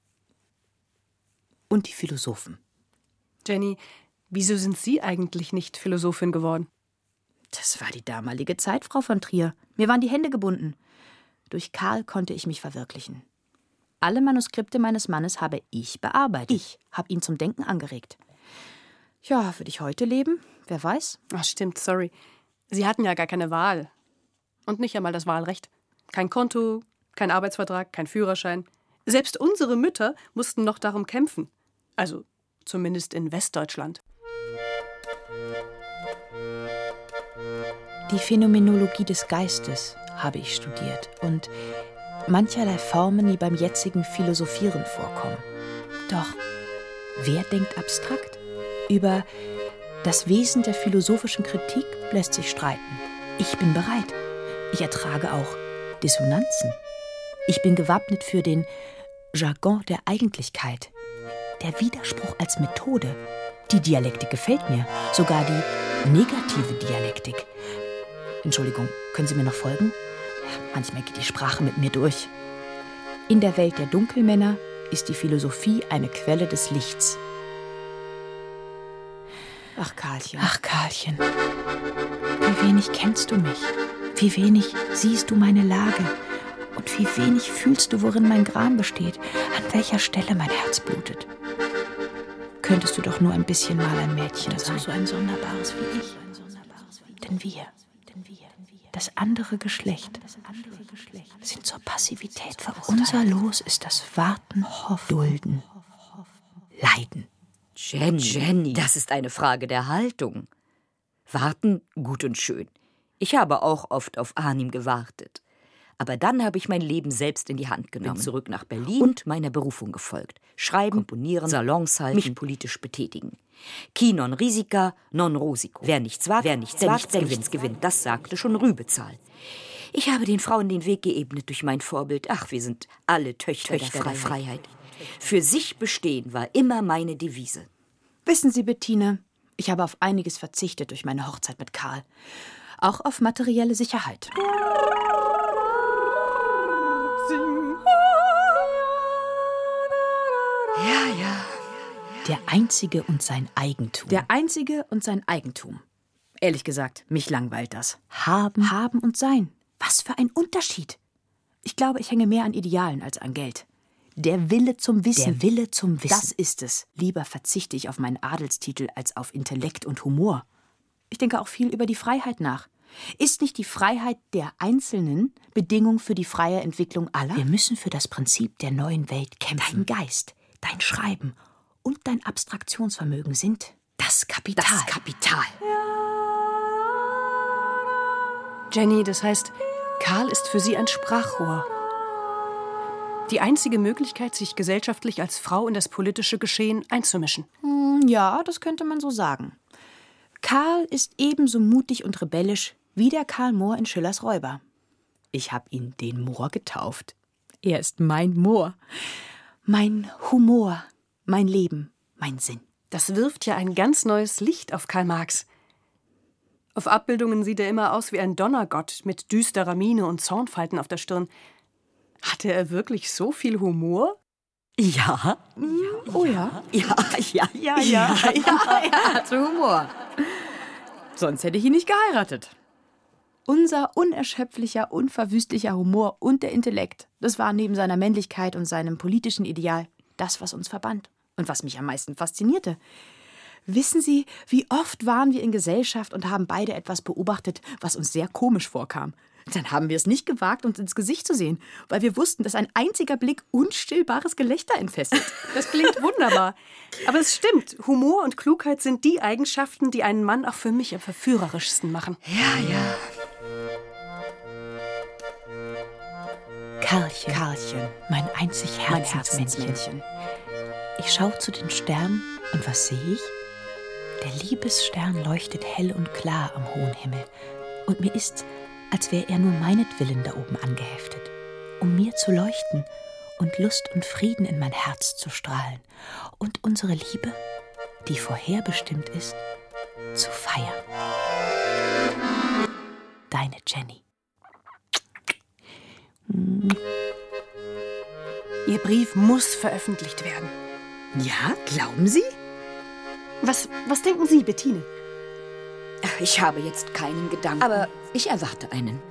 Und die Philosophen. Jenny, wieso sind Sie eigentlich nicht Philosophin geworden? Das war die damalige Zeit, Frau von Trier. Mir waren die Hände gebunden. Durch Karl konnte ich mich verwirklichen. Alle Manuskripte meines Mannes habe ich bearbeitet. Ich habe ihn zum Denken angeregt. Ja, würde ich heute leben? Wer weiß? Ach, stimmt, sorry. Sie hatten ja gar keine Wahl. Und nicht einmal das Wahlrecht. Kein Konto, kein Arbeitsvertrag, kein Führerschein. Selbst unsere Mütter mussten noch darum kämpfen. Also zumindest in Westdeutschland. Die Phänomenologie des Geistes habe ich studiert und mancherlei Formen, die beim jetzigen Philosophieren vorkommen. Doch wer denkt abstrakt? Über das Wesen der philosophischen Kritik lässt sich streiten. Ich bin bereit. Ich ertrage auch Dissonanzen. Ich bin gewappnet für den Jargon der Eigentlichkeit. Der Widerspruch als Methode. Die Dialektik gefällt mir. Sogar die negative Dialektik. Entschuldigung, können Sie mir noch folgen? Manchmal geht die Sprache mit mir durch. In der Welt der Dunkelmänner ist die Philosophie eine Quelle des Lichts. Ach, Karlchen, wie wenig kennst du mich, wie wenig siehst du meine Lage und wie wenig fühlst du, worin mein Gram besteht, an welcher Stelle mein Herz blutet. Könntest du doch nur ein bisschen mal ein Mädchen sein, so ein sonderbares wie ich. Denn wir, das andere Geschlecht, sind zur Passivität verurteilt. Unser Los ist das Warten, Dulden, Leiden. Jenny, das ist eine Frage der Haltung. Warten, gut und schön. Ich habe auch oft auf Arnim gewartet. Aber dann habe ich mein Leben selbst in die Hand genommen. Bin zurück nach Berlin und meiner Berufung gefolgt. Schreiben, komponieren, Salons halten, mich politisch betätigen. Qui non risica, non rosico. Wer nichts wagt, der nichts gewinnt. Das sagte schon Rübezahl. Ich habe den Frauen den Weg geebnet durch mein Vorbild. Ach, wir sind alle Töchter der Freiheit. Für sich bestehen war immer meine Devise. Wissen Sie, Bettine, ich habe auf einiges verzichtet durch meine Hochzeit mit Karl. Auch auf materielle Sicherheit. Ja. Der Einzige und sein Eigentum. Der Einzige und sein Eigentum. Ehrlich gesagt, mich langweilt das. Haben und sein. Was für ein Unterschied. Ich glaube, ich hänge mehr an Idealen als an Geld. Der Wille zum Wissen. Das ist es. Lieber verzichte ich auf meinen Adelstitel als auf Intellekt und Humor. Ich denke auch viel über die Freiheit nach. Ist nicht die Freiheit der Einzelnen Bedingung für die freie Entwicklung aller? Wir müssen für das Prinzip der neuen Welt kämpfen. Dein Geist, dein Schreiben und dein Abstraktionsvermögen sind das Kapital. Jenny, das heißt, Karl ist für Sie ein Sprachrohr. Die einzige Möglichkeit, sich gesellschaftlich als Frau in das politische Geschehen einzumischen. Ja, das könnte man so sagen. Karl ist ebenso mutig und rebellisch wie der Karl Moor in Schillers Räuber. Ich habe ihn den Moor getauft. Er ist mein Moor. Mein Humor, mein Leben, mein Sinn. Das wirft ja ein ganz neues Licht auf Karl Marx. Auf Abbildungen sieht er immer aus wie ein Donnergott mit düsterer Miene und Zornfalten auf der Stirn. Hatte er wirklich so viel Humor? Ja. Oh ja? Ja. Er hatte Humor. Sonst hätte ich ihn nicht geheiratet. Unser unerschöpflicher, unverwüstlicher Humor und der Intellekt, das war neben seiner Männlichkeit und seinem politischen Ideal das, was uns verband und was mich am meisten faszinierte. Wissen Sie, wie oft waren wir in Gesellschaft und haben beide etwas beobachtet, was uns sehr komisch vorkam. Dann haben wir es nicht gewagt, uns ins Gesicht zu sehen, weil wir wussten, dass ein einziger Blick unstillbares Gelächter entfesselt. Das klingt wunderbar. Aber es stimmt, Humor und Klugheit sind die Eigenschaften, die einen Mann auch für mich am verführerischsten machen. Ja. Karlchen, mein einzig Herzensmännchen. Ich schaue zu den Sternen und was sehe ich? Der Liebesstern leuchtet hell und klar am hohen Himmel. Und mir ist, als wäre er nur meinetwillen da oben angeheftet, um mir zu leuchten und Lust und Frieden in mein Herz zu strahlen und unsere Liebe, die vorherbestimmt ist, zu feiern. Deine Jenny. Ihr Brief muss veröffentlicht werden. Ja, glauben Sie? Was denken Sie, Bettine? Ich habe jetzt keinen Gedanken. Aber ich erwarte einen.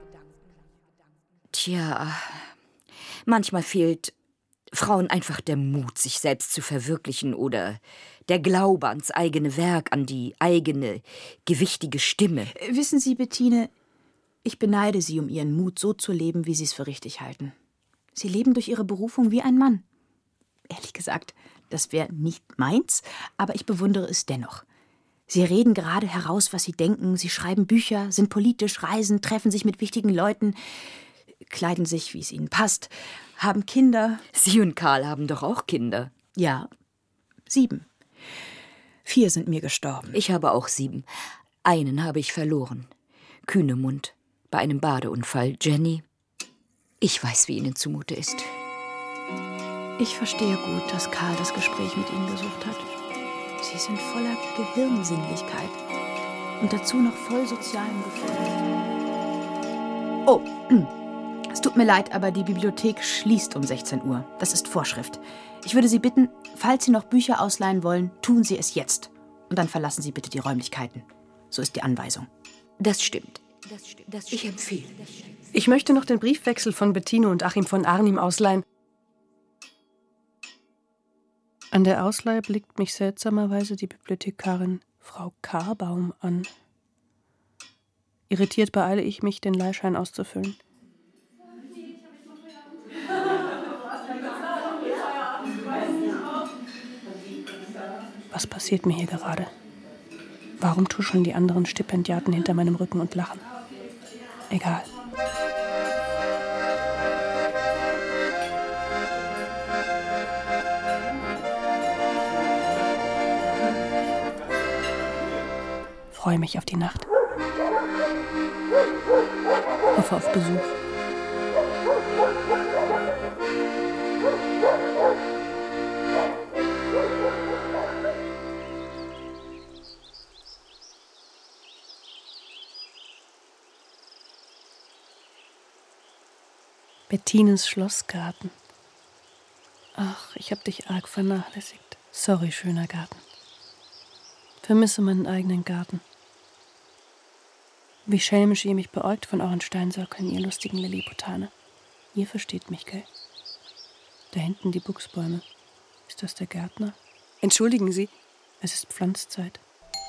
Tja, manchmal fehlt Frauen einfach der Mut, sich selbst zu verwirklichen oder der Glaube ans eigene Werk, an die eigene, gewichtige Stimme. Wissen Sie, Bettine, ich beneide Sie um Ihren Mut, so zu leben, wie Sie es für richtig halten. Sie leben durch Ihre Berufung wie ein Mann. Ehrlich gesagt, das wäre nicht meins, aber ich bewundere es dennoch. Sie reden gerade heraus, was Sie denken, Sie schreiben Bücher, sind politisch, reisen, treffen sich mit wichtigen Leuten, kleiden sich, wie es Ihnen passt, haben Kinder. Sie und Karl haben doch auch Kinder. Ja, 7. 4 sind mir gestorben. Ich habe auch 7. Einen habe ich verloren. Kühnemund, bei einem Badeunfall. Jenny, ich weiß, wie Ihnen zumute ist. Ich verstehe gut, dass Karl das Gespräch mit Ihnen gesucht hat. Sie sind voller Gehirnsinnlichkeit und dazu noch voll sozialem Gefühl. Oh, es tut mir leid, aber die Bibliothek schließt um 16 Uhr. Das ist Vorschrift. Ich würde Sie bitten, falls Sie noch Bücher ausleihen wollen, tun Sie es jetzt. Und dann verlassen Sie bitte die Räumlichkeiten. So ist die Anweisung. Das stimmt. Ich empfehle. Ich möchte noch den Briefwechsel von Bettine und Achim von Arnim ausleihen. An der Ausleihe blickt mich seltsamerweise die Bibliothekarin Frau Karbaum an. Irritiert beeile ich mich, den Leihschein auszufüllen. Was passiert mir hier gerade? Warum tuscheln die anderen Stipendiaten hinter meinem Rücken und lachen? Egal. Freue mich auf die Nacht. Hoffe auf Besuch. Bettines Schlossgarten. Ach, ich hab dich arg vernachlässigt. Sorry, schöner Garten. Vermisse meinen eigenen Garten. Wie schelmisch ihr mich beäugt von euren Steinsockeln, ihr lustigen Lilliputane. Ihr versteht mich, gell? Da hinten die Buchsbäume. Ist das der Gärtner? Entschuldigen Sie. Es ist Pflanzzeit.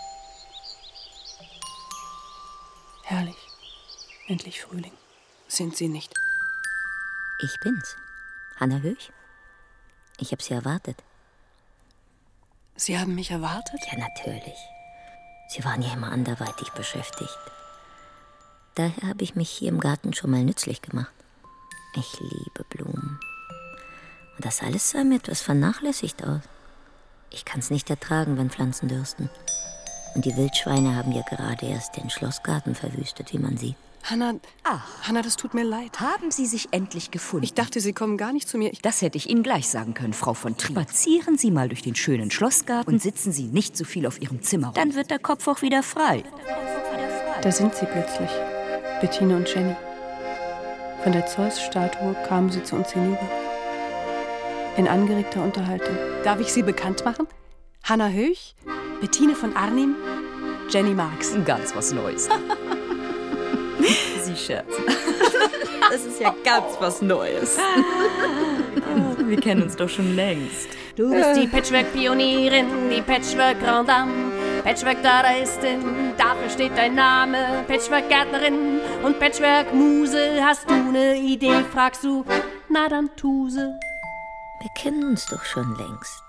Herrlich. Endlich Frühling. Sind Sie nicht? Ich bin's. Hanna Höch. Ich hab Sie erwartet. Sie haben mich erwartet? Ja, natürlich. Sie waren ja immer anderweitig beschäftigt. Daher habe ich mich hier im Garten schon mal nützlich gemacht. Ich liebe Blumen. Und das alles sah mir etwas vernachlässigt aus. Ich kann's nicht ertragen, wenn Pflanzen dürsten. Und die Wildschweine haben ja gerade erst den Schlossgarten verwüstet, wie man sieht. Hanna, Hanna, das tut mir leid. Haben Sie sich endlich gefunden? Ich dachte, Sie kommen gar nicht zu mir. Das hätte ich Ihnen gleich sagen können, Frau von Trier. Spazieren Sie mal durch den schönen Schlossgarten und sitzen Sie nicht so viel auf Ihrem Zimmer rum. Dann wird der Kopf auch wieder frei. Da sind sie plötzlich, Bettine und Jenny. Von der Zeus-Statue kamen sie zu uns hinüber. In angeregter Unterhaltung. Darf ich Sie bekannt machen? Hanna Höch, Bettine von Arnim, Jenny Marx. Ganz was Neues. Sie scherzen. Das ist ja ganz was Neues. Wir kennen uns doch schon längst. Du bist die Patchwork-Pionierin, die Patchwork-Grand Dame, Patchwork-Dadaistin, dafür steht dein Name. Patchwork-Gärtnerin und Patchwork-Muse. Hast du eine Idee, fragst du, na dann tu sie. Wir kennen uns doch schon längst.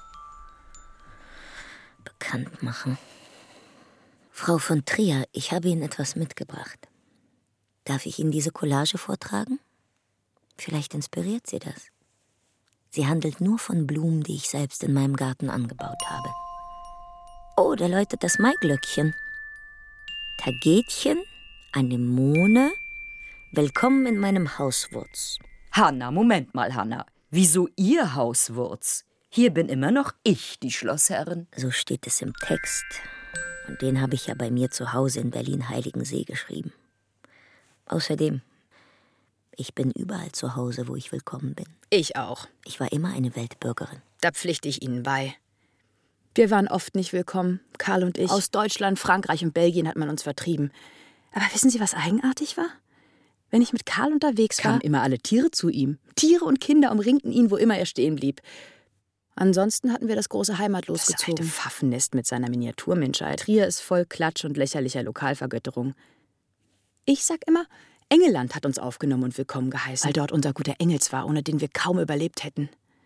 Bekannt machen. Frau von Trier, ich habe Ihnen etwas mitgebracht. Darf ich Ihnen diese Collage vortragen? Vielleicht inspiriert Sie das. Sie handelt nur von Blumen, die ich selbst in meinem Garten angebaut habe. Oh, da läutet das Maiglöckchen. Tagetchen, Anemone, willkommen in meinem Hauswurz. Hanna, Moment mal, Hanna. Wieso Ihr Hauswurz? Hier bin immer noch ich, die Schlossherrin. So steht es im Text. Und den habe ich ja bei mir zu Hause in Berlin-Heiligensee geschrieben. Außerdem, ich bin überall zu Hause, wo ich willkommen bin. Ich auch. Ich war immer eine Weltbürgerin. Da pflichte ich Ihnen bei. Wir waren oft nicht willkommen, Karl und ich. Aus Deutschland, Frankreich und Belgien hat man uns vertrieben. Aber wissen Sie, was eigenartig war? Wenn ich mit Karl unterwegs war, Kamen immer alle Tiere zu ihm. Tiere und Kinder umringten ihn, wo immer er stehen blieb. Ansonsten hatten wir das große Heimatlos gezogen. Das alte Pfaffennest mit seiner Miniaturmenschheit. Trier ist voll Klatsch und lächerlicher Lokalvergötterung. Ich sag immer, Engelland hat uns aufgenommen und willkommen geheißen, weil dort unser guter Engels war, ohne den wir kaum überlebt hätten.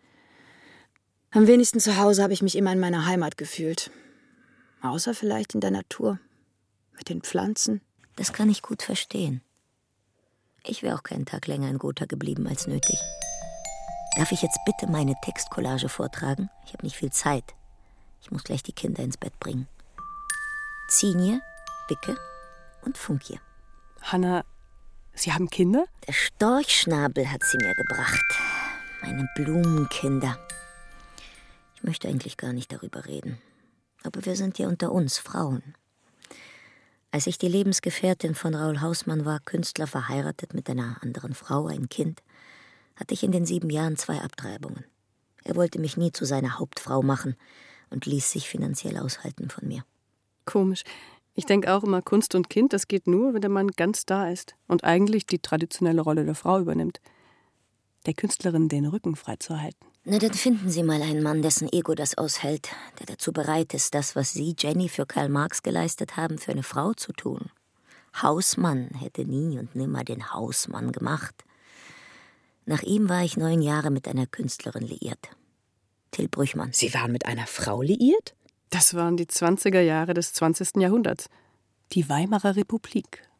Am wenigsten zu Hause habe ich mich immer in meiner Heimat gefühlt. Außer vielleicht in der Natur, mit den Pflanzen. Das kann ich gut verstehen. Ich wäre auch keinen Tag länger in Gotha geblieben als nötig. Darf ich jetzt bitte meine Textcollage vortragen? Ich habe nicht viel Zeit. Ich muss gleich die Kinder ins Bett bringen. Zinje, Bicke und Funkie. Hanna, Sie haben Kinder? Der Storchschnabel hat sie mir gebracht. Meine Blumenkinder. Ich möchte eigentlich gar nicht darüber reden. Aber wir sind ja unter uns, Frauen. Als ich die Lebensgefährtin von Raoul Hausmann war, Künstler, verheiratet mit einer anderen Frau, ein Kind, hatte ich in den 7 Jahren 2 Abtreibungen. Er wollte mich nie zu seiner Hauptfrau machen und ließ sich finanziell aushalten von mir. Komisch. Ich denke auch immer, Kunst und Kind, das geht nur, wenn der Mann ganz da ist und eigentlich die traditionelle Rolle der Frau übernimmt. Der Künstlerin den Rücken freizuhalten. Na, dann finden Sie mal einen Mann, dessen Ego das aushält, der dazu bereit ist, das, was Sie, Jenny, für Karl Marx geleistet haben, für eine Frau zu tun. Hausmann hätte nie und nimmer den Hausmann gemacht. Nach ihm war ich 9 Jahre mit einer Künstlerin liiert. Till Brüchmann. Sie waren mit einer Frau liiert? Das waren die 20er Jahre des 20. Jahrhunderts. Die Weimarer Republik.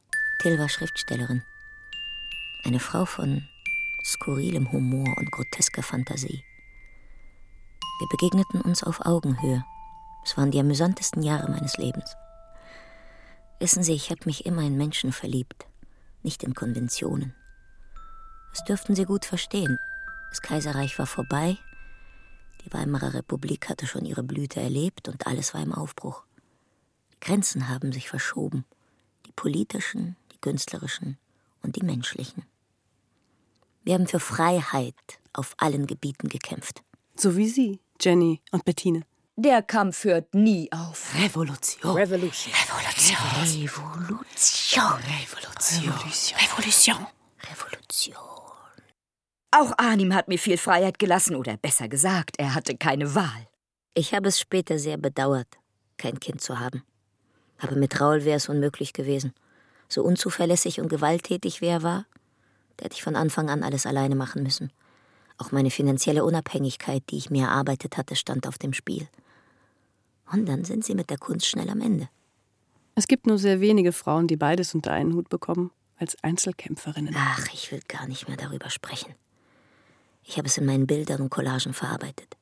Till war Schriftstellerin. Eine Frau von skurrilem Humor und grotesker Fantasie. Wir begegneten uns auf Augenhöhe. Es waren die amüsantesten Jahre meines Lebens. Wissen Sie, ich habe mich immer in Menschen verliebt, nicht in Konventionen. Das dürften Sie gut verstehen. Das Kaiserreich war vorbei, die Weimarer Republik hatte schon ihre Blüte erlebt und alles war im Aufbruch. Die Grenzen haben sich verschoben, die politischen, die künstlerischen und die menschlichen. Wir haben für Freiheit auf allen Gebieten gekämpft. So wie Sie, Jenny und Bettine. Der Kampf hört nie auf. Revolution. Revolution. Revolution. Revolution. Revolution. Revolution. Revolution. Auch Arnim hat mir viel Freiheit gelassen, oder besser gesagt, er hatte keine Wahl. Ich habe es später sehr bedauert, kein Kind zu haben. Aber mit Raul wäre es unmöglich gewesen. So unzuverlässig und gewalttätig wie er war, da hätte ich von Anfang an alles alleine machen müssen. Auch meine finanzielle Unabhängigkeit, die ich mir erarbeitet hatte, stand auf dem Spiel. Und dann sind sie mit der Kunst schnell am Ende. Es gibt nur sehr wenige Frauen, die beides unter einen Hut bekommen, als Einzelkämpferinnen. Ach, ich will gar nicht mehr darüber sprechen. Ich habe es in meinen Bildern und Collagen verarbeitet.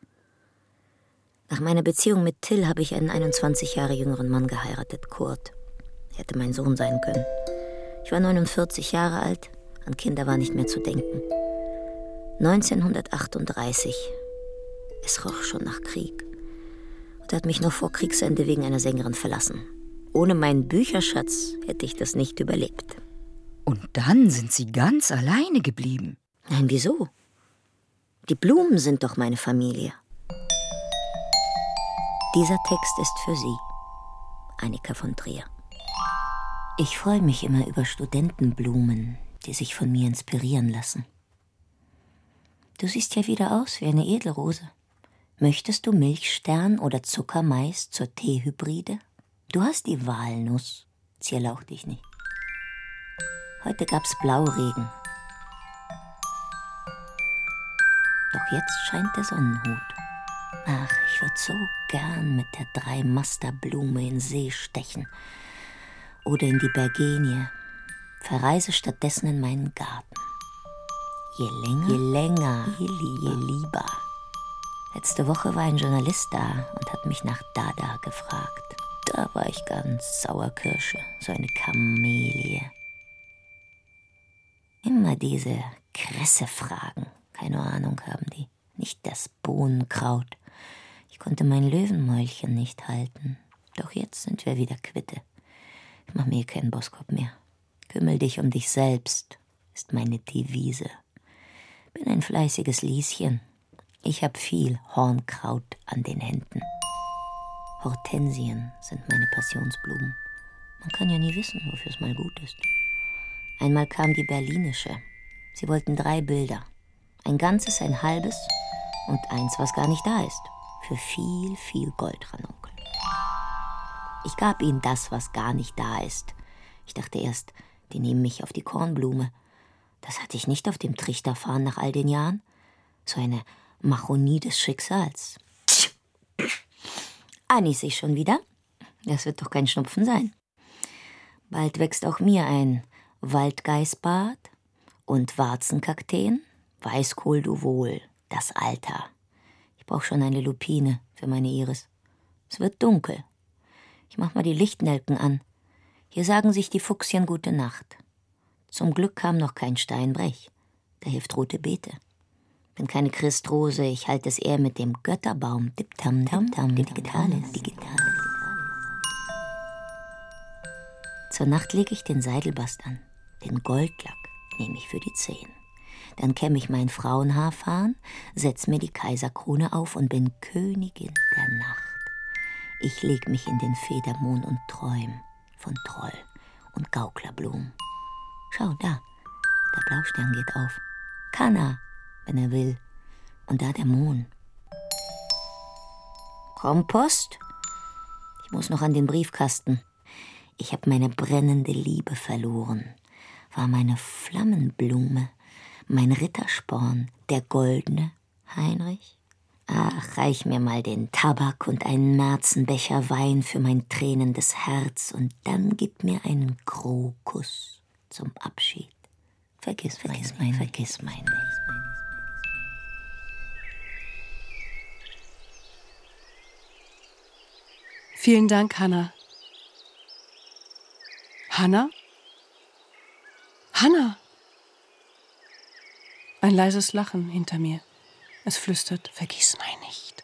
Nach meiner Beziehung mit Till habe ich einen 21 Jahre jüngeren Mann geheiratet, Kurt. Er hätte mein Sohn sein können. Ich war 49 Jahre alt, an Kinder war nicht mehr zu denken. 1938. Es roch schon nach Krieg. Und er hat mich noch vor Kriegsende wegen einer Sängerin verlassen. Ohne meinen Bücherschatz hätte ich das nicht überlebt. Und dann sind Sie ganz alleine geblieben. Nein, wieso? Die Blumen sind doch meine Familie. Dieser Text ist für Sie, Annika von Trier. Ich freue mich immer über Studentenblumen, die sich von mir inspirieren lassen. Du siehst ja wieder aus wie eine Edelrose. Möchtest du Milchstern oder Zuckermais zur Teehybride? Du hast die Walnuss. Zierlauch dich nicht. Heute gab's Blauregen. Doch jetzt scheint der Sonnenhut. Ach, ich würde so gern mit der Dreimasterblume in See stechen. Oder in die Bergenie. Verreise stattdessen in meinen Garten. Je länger, je lieber. Letzte Woche war ein Journalist da und hat mich nach Dada gefragt. Da war ich ganz Sauerkirsche, so eine Kamelie. Immer diese Kresse-Fragen. Keine Ahnung haben die. Nicht das Bohnenkraut. Ich konnte mein Löwenmäulchen nicht halten. Doch jetzt sind wir wieder quitte. Ich mach mir keinen Boskop mehr. Kümmel dich um dich selbst, ist meine Devise. Bin ein fleißiges Lieschen. Ich hab viel Hornkraut an den Händen. Hortensien sind meine Passionsblumen. Man kann ja nie wissen, wofür es mal gut ist. Einmal kam die Berlinische. Sie wollten 3 Bilder. Ein ganzes, ein halbes und eins, was gar nicht da ist. Für viel, viel Goldranunkel. Ich gab ihnen das, was gar nicht da ist. Ich dachte erst, die nehmen mich auf die Kornblume. Das hatte ich nicht auf dem Trichter fahren nach all den Jahren. So eine Machonie des Schicksals. Anis ich schon wieder? Das wird doch kein Schnupfen sein. Bald wächst auch mir ein Waldgeißbart und Warzenkakteen. Weißkohl du wohl, das Alter. Ich brauche schon eine Lupine für meine Iris. Es wird dunkel. Ich mach mal die Lichtnelken an. Hier sagen sich die Fuchsien gute Nacht. Zum Glück kam noch kein Steinbrech. Da hilft rote Beete. Bin keine Christrose, ich halte es eher mit dem Götterbaum. Dip-tam, dam-tam, digitales. Zur Nacht lege ich den Seidelbast an. Den Goldlack nehme ich für die Zehen. Dann kämme ich mein Frauenhaarfahren, setz mir die Kaiserkrone auf und bin Königin der Nacht. Ich leg mich in den Federmond und träum von Troll und Gauklerblumen. Schau, da, der Blaustern geht auf. Kann er, wenn er will. Und da der Mond. Kompost? Ich muss noch an den Briefkasten. Ich hab meine brennende Liebe verloren. War meine Flammenblume, mein Rittersporn, der goldene Heinrich? Ach, reich mir mal den Tabak und einen Märzenbecher Wein für mein tränendes Herz und dann gib mir einen Krokus zum Abschied. Vergiss mein nicht. Vielen Dank, Hanna. Hanna? Hanna! Ein leises Lachen hinter mir. Es flüstert, vergiss mein nicht.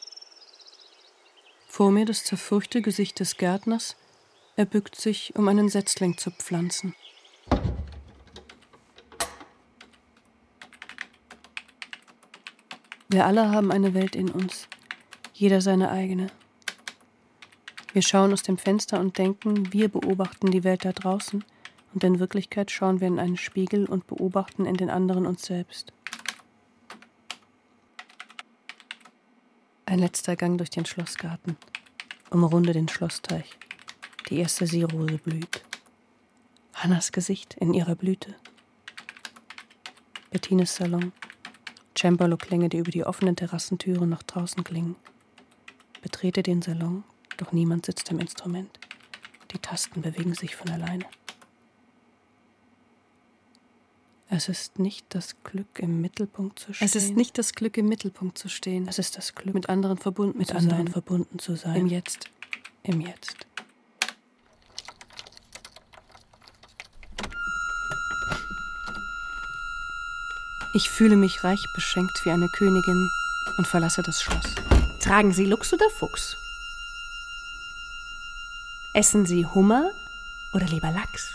Vor mir das zerfurchte Gesicht des Gärtners. Er bückt sich, um einen Setzling zu pflanzen. Wir alle haben eine Welt in uns, jeder seine eigene. Wir schauen aus dem Fenster und denken, wir beobachten die Welt da draußen, und in Wirklichkeit schauen wir in einen Spiegel und beobachten in den anderen uns selbst. Ein letzter Gang durch den Schlossgarten, umrunde den Schlossteich. Die erste Seerose blüht. Hannas Gesicht in ihrer Blüte. Bettines Salon. Cembalo-Klänge, die über die offenen Terrassentüren nach draußen klingen. Betrete den Salon, doch niemand sitzt am Instrument. Die Tasten bewegen sich von alleine. Es ist nicht das Glück, im Mittelpunkt zu stehen. Es ist nicht das Glück, im Mittelpunkt zu stehen. Es ist das Glück, mit anderen verbunden zu sein. Im Jetzt. Im Jetzt. Ich fühle mich reich beschenkt wie eine Königin und verlasse das Schloss. Tragen Sie Luchs oder Fuchs? Essen Sie Hummer oder lieber Lachs?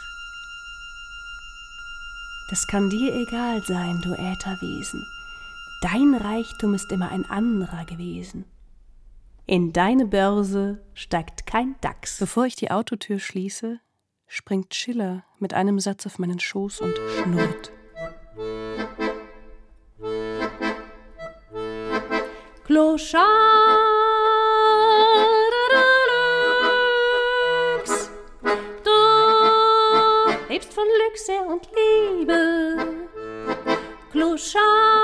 Das kann dir egal sein, du Ätherwesen. Dein Reichtum ist immer ein anderer gewesen. In deine Börse steigt kein Dachs. Bevor ich die Autotür schließe, springt Schiller mit einem Satz auf meinen Schoß und schnurrt. Clochard, du lebst von Luxe und Liebe. Clochard,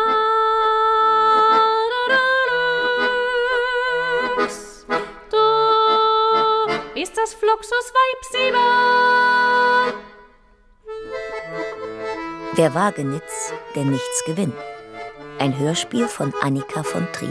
du bist das Fluxusweib 7. Der Wagenitz, der nichts gewinnt. Ein Hörspiel von Annika von Trier.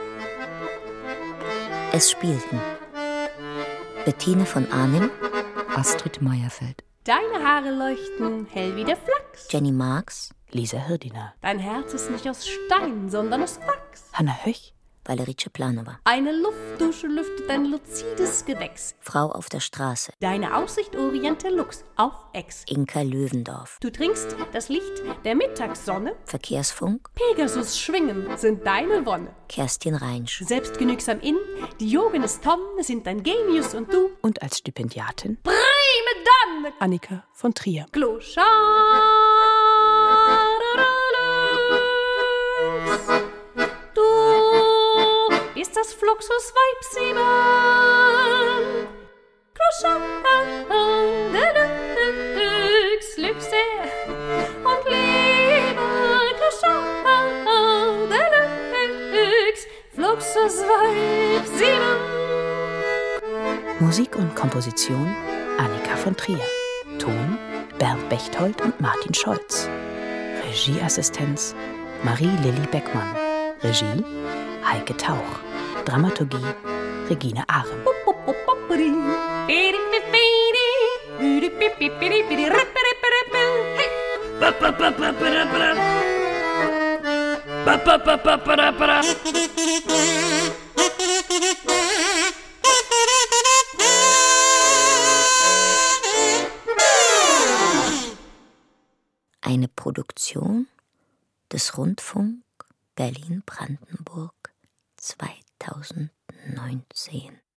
Es spielten Bettine von Arnim, Astrid Meyerfeld, Deine Haare leuchten hell wie der Flachs. Jenny Marx, Lisa Hirdiner, Dein Herz ist nicht aus Stein, sondern aus Wachs. Hanna Höch, Valerie Czeplanova. Eine Luftdusche lüftet ein luzides Gewächs. Frau auf der Straße, Deine Aussicht Oriente Lux auf Ex. Inka Löwendorf. Du trinkst das Licht der Mittagssonne. Verkehrsfunk, Pegasus schwingen sind deine Wonne. Kerstin Reinsch. Selbstgenügsam in, Diogenes Tom sind dein Genius und du. und als Stipendiatin Prime Donne, Annika von Trier. Clochard. Du bist das Fluxusweib 7. Clochard, Luxe und Liebe. Clochard, Fluxusweib 7. Musik und Komposition Annika von Trier. Ton Bernd Bechtold und Martin Scholz. Regieassistenz Marie-Lilly Beckmann. Regie Heike Tauch. Dramaturgie Regine Ahrem. Eine Produktion des Rundfunk Berlin-Brandenburg 2019.